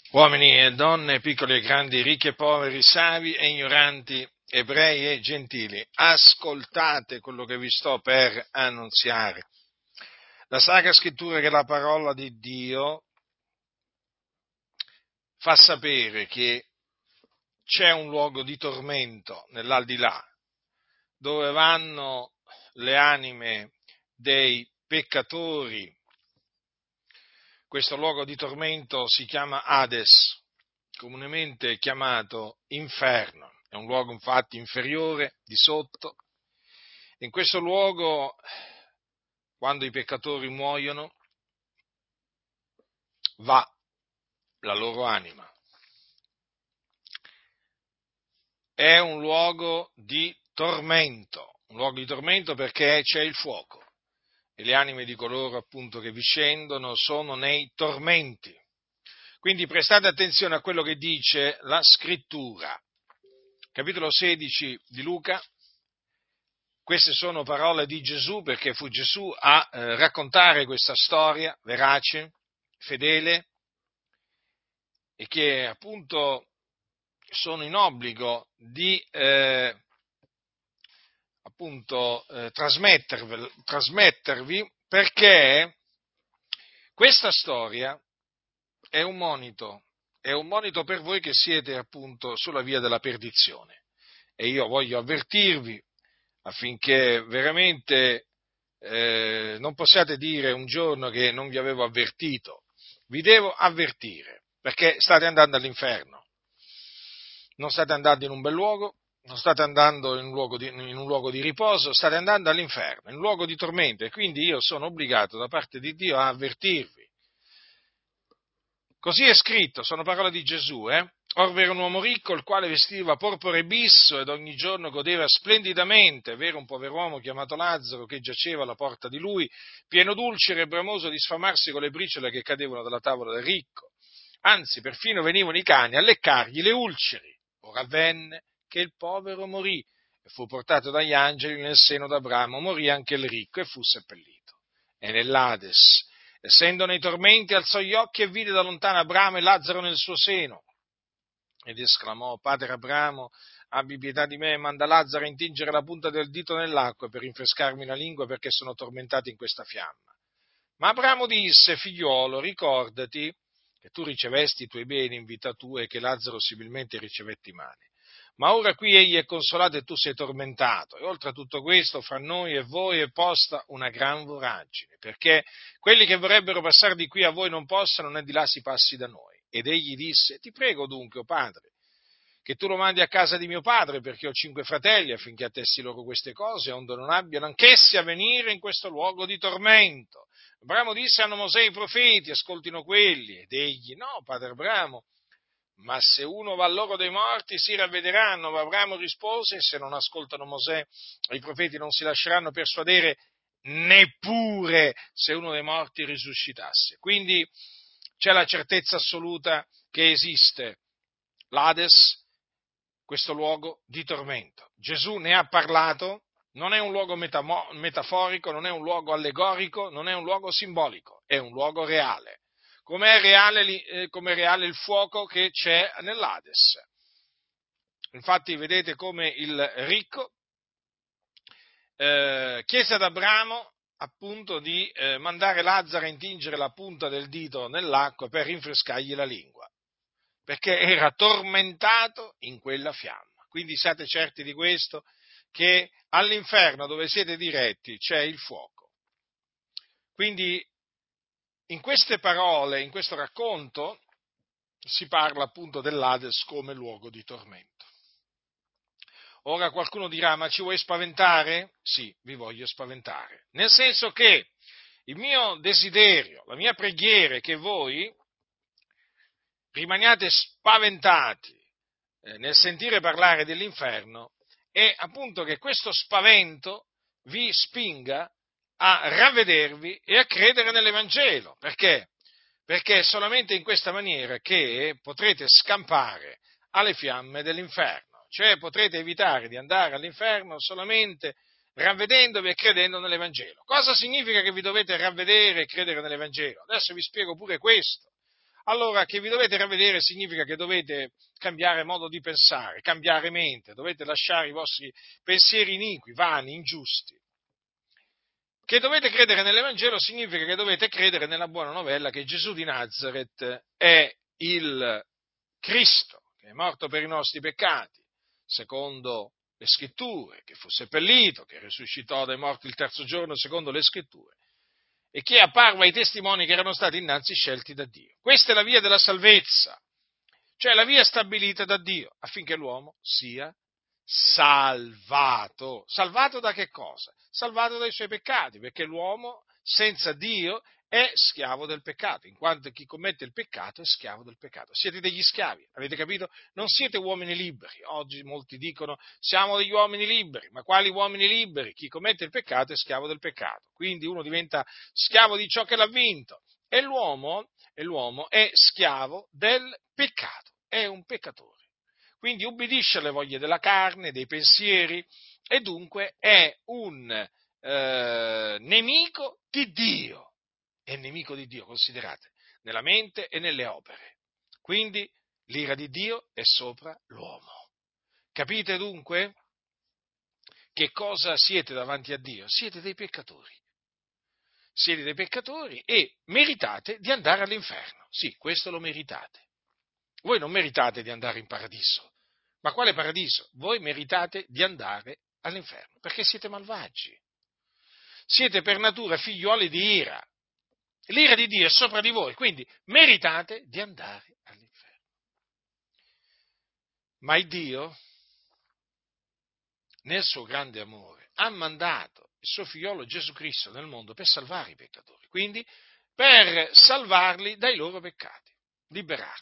Uomini e donne, piccoli e grandi, ricchi e poveri, savi e ignoranti, ebrei e gentili, ascoltate quello che vi sto per annunziare. La Sacra Scrittura, che è la parola di Dio, fa sapere che c'è un luogo di tormento nell'aldilà, dove vanno le anime dei peccatori. Questo luogo di tormento si chiama Hades, comunemente chiamato inferno. È un luogo infatti inferiore, di sotto. In questo luogo, quando i peccatori muoiono, va la loro anima. È un luogo di tormento perché c'è il fuoco e le anime di coloro appunto che vi scendono sono nei tormenti. Quindi prestate attenzione a quello che dice la Scrittura. Capitolo 16 di Luca, queste sono parole di Gesù, perché fu Gesù a raccontare questa storia verace, fedele, e che appunto sono in obbligo di trasmettervi, perché questa storia è un monito per voi che siete appunto sulla via della perdizione. E io voglio avvertirvi affinché veramente non possiate dire un giorno che non vi avevo avvertito. Vi devo avvertire, perché state andando all'inferno. Non state andando in un bel luogo, non state andando in un luogo di riposo, state andando all'inferno, in un luogo di tormento, e quindi io sono obbligato da parte di Dio a avvertirvi. Così è scritto, sono parole di Gesù, Or v'era un uomo ricco, il quale vestiva porpora e bisso ed ogni giorno godeva splendidamente. V'era un pover'uomo chiamato Lazzaro che giaceva alla porta di lui, pieno d'ulcere e bramoso di sfamarsi con le briciole che cadevano dalla tavola del ricco. Anzi, perfino venivano i cani a leccargli le ulceri. Ora avvenne che il povero morì e fu portato dagli angeli nel seno d'Abramo. Morì anche il ricco e fu seppellito. E nell'Ades, essendo nei tormenti, alzò gli occhi e vide da lontano Abramo e Lazzaro nel suo seno. Ed esclamò: Padre Abramo, abbi pietà di me e manda Lazzaro a intingere la punta del dito nell'acqua per rinfrescarmi la lingua, perché sono tormentato in questa fiamma. Ma Abramo disse: Figliuolo, ricordati che tu ricevesti i tuoi beni in vita tua e che Lazzaro similmente ricevetti male. Ma ora qui egli è consolato e tu sei tormentato. E oltre a tutto questo, fra noi e voi è posta una gran voragine, perché quelli che vorrebbero passare di qui a voi non possono, né di là si passi da noi. Ed egli disse: Ti prego dunque, o padre, che tu lo mandi a casa di mio padre, perché ho 5 fratelli, affinché attesti loro queste cose, onde non abbiano anch'essi a venire in questo luogo di tormento. Abramo disse: Hanno Mosè e i profeti, ascoltino quelli. Ed egli: No, padre Abramo, ma se uno va loro dei morti si ravvederanno. Ma Abramo rispose: Se non ascoltano Mosè e i profeti non si lasceranno persuadere, neppure se uno dei morti risuscitasse. Quindi c'è la certezza assoluta che esiste l'Ades, questo luogo di tormento. Gesù ne ha parlato, non è un luogo metaforico, non è un luogo allegorico, non è un luogo simbolico, è un luogo reale. Come è reale il fuoco che c'è nell'Ades. Infatti vedete come il ricco chiese ad Abramo appunto di mandare Lazzaro a intingere la punta del dito nell'acqua per rinfrescargli la lingua, perché era tormentato in quella fiamma. Quindi siate certi di questo, che all'inferno dove siete diretti c'è il fuoco. Quindi in queste parole, in questo racconto, si parla appunto dell'Ades come luogo di tormento. Ora qualcuno dirà: ma ci vuoi spaventare? Sì, vi voglio spaventare. Nel senso che il mio desiderio, la mia preghiera è che voi rimaniate spaventati nel sentire parlare dell'inferno, e appunto che questo spavento vi spinga a ravvedervi e a credere nell'Evangelo. Perché? Perché è solamente in questa maniera che potrete scampare alle fiamme dell'inferno, cioè potrete evitare di andare all'inferno solamente ravvedendovi e credendo nell'Evangelo. Cosa significa che vi dovete ravvedere e credere nell'Evangelo? Adesso vi spiego pure questo. allora che vi dovete ravvedere significa che dovete cambiare modo di pensare, cambiare mente, dovete lasciare i vostri pensieri iniqui, vani, ingiusti. Che dovete credere nell'Evangelo significa che dovete credere nella buona novella che Gesù di Nazaret è il Cristo, che è morto per i nostri peccati, secondo le Scritture, che fu seppellito, che risuscitò dai morti il terzo giorno, secondo le Scritture, e che apparve ai testimoni che erano stati innanzi scelti da Dio. Questa è la via della salvezza, cioè la via stabilita da Dio, affinché l'uomo sia salvato. Salvato da che cosa? Salvato dai suoi peccati, perché l'uomo senza Dio è schiavo del peccato, in quanto chi commette il peccato è schiavo del peccato. Siete degli schiavi, avete capito? Non siete uomini liberi. Oggi molti dicono siamo degli uomini liberi, ma quali uomini liberi? Chi commette il peccato è schiavo del peccato. Quindi uno diventa schiavo di ciò che l'ha vinto e l'uomo è schiavo del peccato, è un peccatore. Quindi ubbidisce alle voglie della carne, dei pensieri e dunque è un nemico di Dio. È nemico di Dio, considerate, nella mente e nelle opere. Quindi l'ira di Dio è sopra l'uomo. Capite dunque che cosa siete davanti a Dio? Siete dei peccatori. Siete dei peccatori e meritate di andare all'inferno. Sì, questo lo meritate. Voi non meritate di andare in paradiso. Ma quale paradiso? Voi meritate di andare all'inferno, perché siete malvagi. Siete per natura figliuoli di ira. L'ira di Dio è sopra di voi, quindi meritate di andare all'inferno. Ma il Dio, nel suo grande amore, ha mandato il suo figliolo Gesù Cristo nel mondo per salvare i peccatori, quindi per salvarli dai loro peccati, liberarli.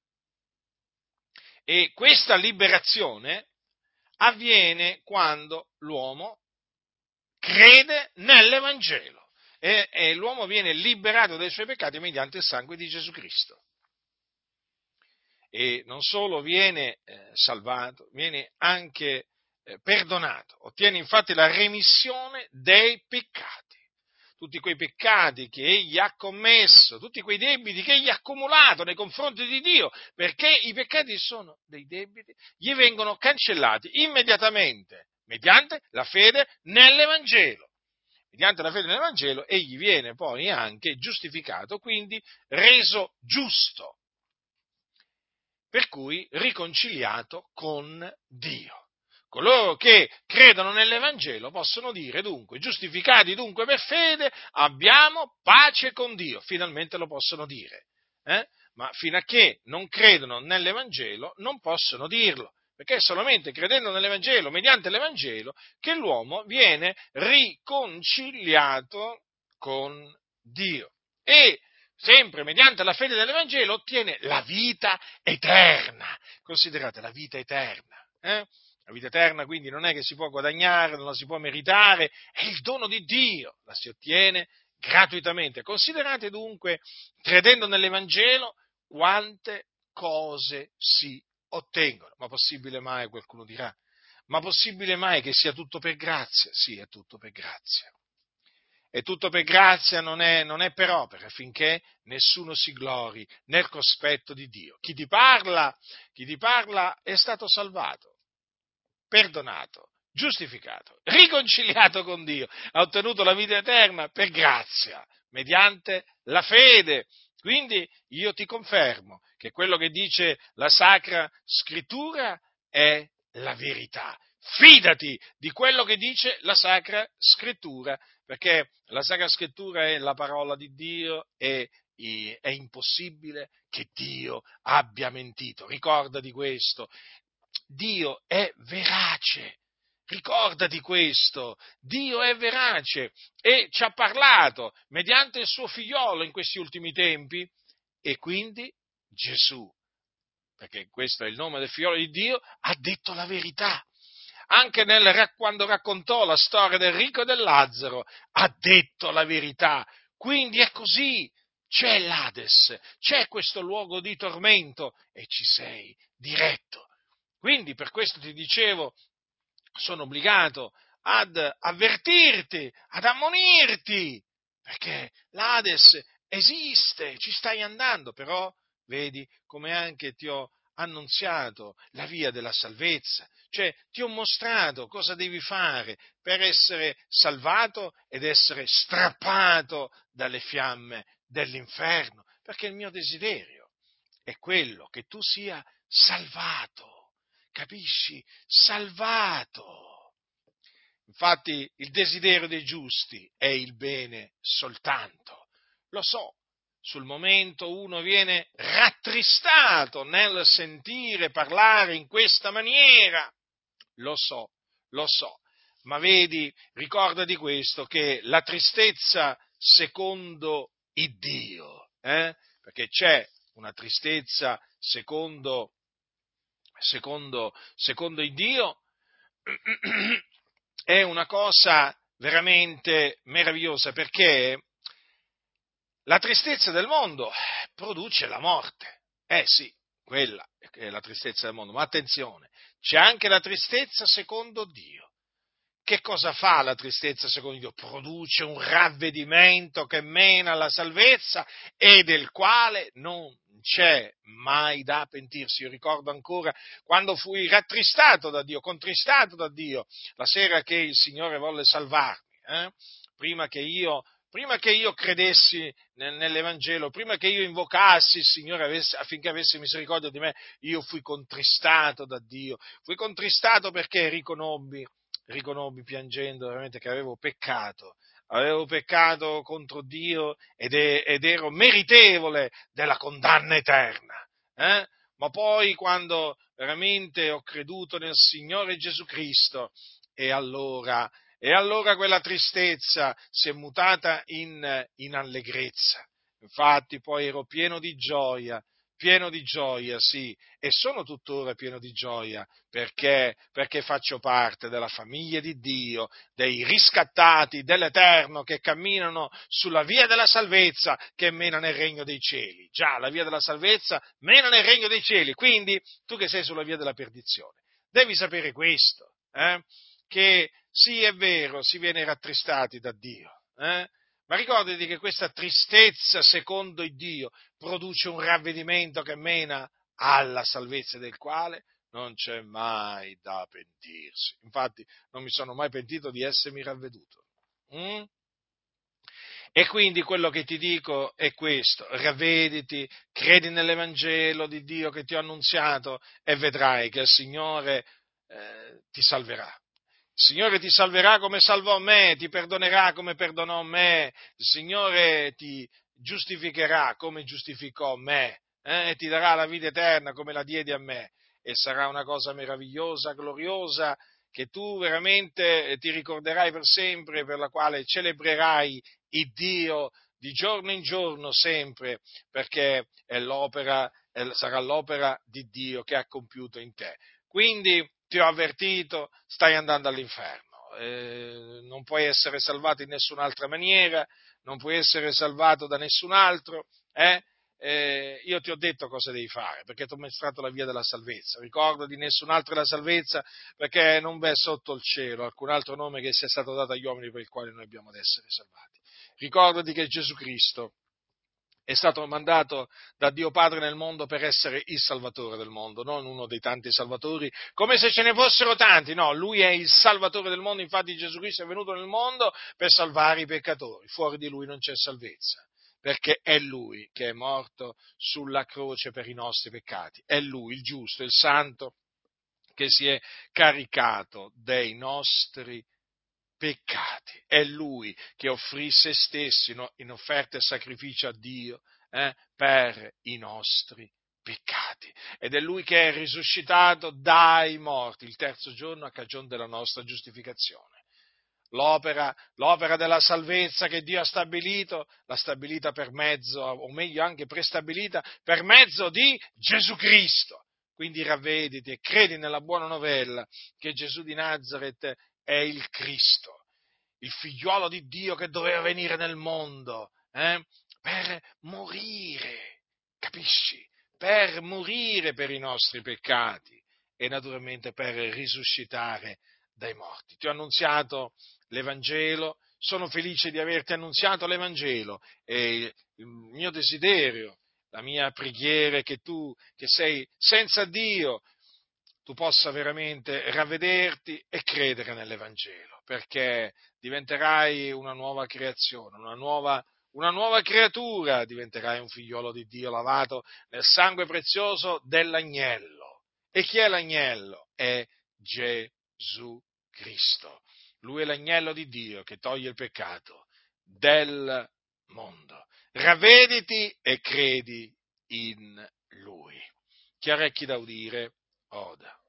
E questa liberazione avviene quando l'uomo crede nell'Evangelo e l'uomo viene liberato dai suoi peccati mediante il sangue di Gesù Cristo. E non solo viene salvato, viene anche perdonato, ottiene infatti la remissione dei peccati. Tutti quei peccati che egli ha commesso, tutti quei debiti che egli ha accumulato nei confronti di Dio, perché i peccati sono dei debiti, gli vengono cancellati immediatamente mediante la fede nell'Evangelo. Mediante la fede nell'Evangelo egli viene poi anche giustificato, quindi reso giusto, per cui riconciliato con Dio. Coloro che credono nell'Evangelo possono dire dunque, giustificati dunque per fede, abbiamo pace con Dio, finalmente lo possono dire, ma fino a che non credono nell'Evangelo non possono dirlo, perché è solamente credendo nell'Evangelo, mediante l'Evangelo, che l'uomo viene riconciliato con Dio. E sempre mediante la fede nell'Evangelo ottiene la vita eterna. Considerate la vita eterna. La vita eterna quindi non è che si può guadagnare, non la si può meritare, è il dono di Dio, la si ottiene gratuitamente. Considerate dunque, credendo nell'Evangelo, quante cose si ottengono. Ma possibile mai, qualcuno dirà, ma possibile mai che sia tutto per grazia? Sì, è tutto per grazia. E tutto per grazia non è per opere, affinché nessuno si glori nel cospetto di Dio. Chi ti parla è stato salvato, perdonato, giustificato, riconciliato con Dio, ha ottenuto la vita eterna per grazia, mediante la fede. Quindi io ti confermo che quello che dice la Sacra Scrittura è la verità. Fidati di quello che dice la Sacra Scrittura, perché la Sacra Scrittura è la parola di Dio e è impossibile che Dio abbia mentito. Ricorda di questo. Dio è verace. Ricordati questo, Dio è verace e ci ha parlato mediante il suo figliolo in questi ultimi tempi e quindi Gesù, perché questo è il nome del figliolo di Dio, ha detto la verità. Anche quando raccontò la storia del ricco e del Lazzaro, ha detto la verità. Quindi è così, c'è l'Ades, c'è questo luogo di tormento e ci sei diretto. Quindi per questo ti dicevo, sono obbligato ad avvertirti, ad ammonirti, perché l'Ades esiste, ci stai andando, però vedi come anche ti ho annunziato la via della salvezza, cioè ti ho mostrato cosa devi fare per essere salvato ed essere strappato dalle fiamme dell'inferno, perché il mio desiderio è quello che tu sia salvato, capisci? Salvato. Infatti il desiderio dei giusti è il bene soltanto. Lo so, sul momento uno viene rattristato nel sentire parlare in questa maniera. Lo so, ma vedi, ricorda di questo, che la tristezza secondo il Dio, perché c'è una tristezza secondo il Dio, è una cosa veramente meravigliosa, perché la tristezza del mondo produce la morte. Sì, quella è la tristezza del mondo, ma attenzione, c'è anche la tristezza secondo Dio. Che cosa fa la tristezza secondo Dio? Produce un ravvedimento che mena alla salvezza e del quale non c'è mai da pentirsi. Io ricordo ancora quando fui rattristato da Dio, contristato da Dio, la sera che il Signore volle salvarmi, prima che io credessi nell'Evangelo, prima che io invocassi il Signore affinché avesse misericordia di me, io fui contristato da Dio. Fui contristato perché riconobbi piangendo veramente che avevo peccato contro Dio ed ero meritevole della condanna eterna. Ma poi quando veramente ho creduto nel Signore Gesù Cristo, e allora quella tristezza si è mutata in allegrezza. Infatti poi ero pieno di gioia, sì, e sono tuttora pieno di gioia, perché faccio parte della famiglia di Dio, dei riscattati dell'Eterno che camminano sulla via della salvezza che mena nel regno dei cieli. Già, la via della salvezza mena nel regno dei cieli, quindi tu che sei sulla via della perdizione, devi sapere questo, che sì, è vero, si viene rattristati da Dio, ma ricordati che questa tristezza secondo il Dio produce un ravvedimento che mena alla salvezza, del quale non c'è mai da pentirsi. Infatti non mi sono mai pentito di essermi ravveduto. Mm? E quindi quello che ti dico è questo: ravvediti, credi nell'Evangelo di Dio che ti ho annunziato e vedrai che il Signore ti salverà. Il Signore ti salverà come salvò me, ti perdonerà come perdonò me, il Signore ti giustificherà come giustificò me, e ti darà la vita eterna come la diedi a me, e sarà una cosa meravigliosa, gloriosa, che tu veramente ti ricorderai per sempre, per la quale celebrerai il Dio di giorno in giorno sempre, perché sarà l'opera di Dio che ha compiuto in te. Quindi ti ho avvertito, stai andando all'inferno, non puoi essere salvato in nessun'altra maniera, non puoi essere salvato da nessun altro, io ti ho detto cosa devi fare, perché ti ho mostrato la via della salvezza. Ricorda di nessun altro è la salvezza, perché non v'è sotto il cielo alcun altro nome che sia stato dato agli uomini per il quale noi abbiamo ad essere salvati. Ricordati che Gesù Cristo è stato mandato da Dio Padre nel mondo per essere il Salvatore del mondo, non uno dei tanti Salvatori, come se ce ne fossero tanti. No, Lui è il Salvatore del mondo. Infatti Gesù Cristo è venuto nel mondo per salvare i peccatori. Fuori di Lui non c'è salvezza, perché è Lui che è morto sulla croce per i nostri peccati. È Lui, il giusto, il santo, che si è caricato dei nostri peccati. È Lui che offrì se stesso in offerta e sacrificio a Dio per i nostri peccati. Ed è Lui che è risuscitato dai morti il terzo giorno a cagione della nostra giustificazione. L'opera della salvezza che Dio ha stabilito, l'ha stabilita per mezzo, o meglio anche prestabilita, per mezzo di Gesù Cristo. Quindi ravvediti e credi nella buona novella che Gesù di Nazaret è il Cristo, il figliuolo di Dio che doveva venire nel mondo per morire, capisci? Per morire per i nostri peccati e naturalmente per risuscitare dai morti. Ti ho annunziato l'Evangelo, sono felice di averti annunziato l'Evangelo e il mio desiderio la mia preghiera è che tu, che sei senza Dio, tu possa veramente ravvederti e credere nell'Evangelo, perché diventerai una nuova creazione, una nuova creatura, diventerai un figliolo di Dio lavato nel sangue prezioso dell'agnello. E chi è l'agnello? È Gesù Cristo. Lui è l'agnello di Dio che toglie il peccato del mondo. Ravvediti e credi in Lui. Chi ha orecchi da udire, oda.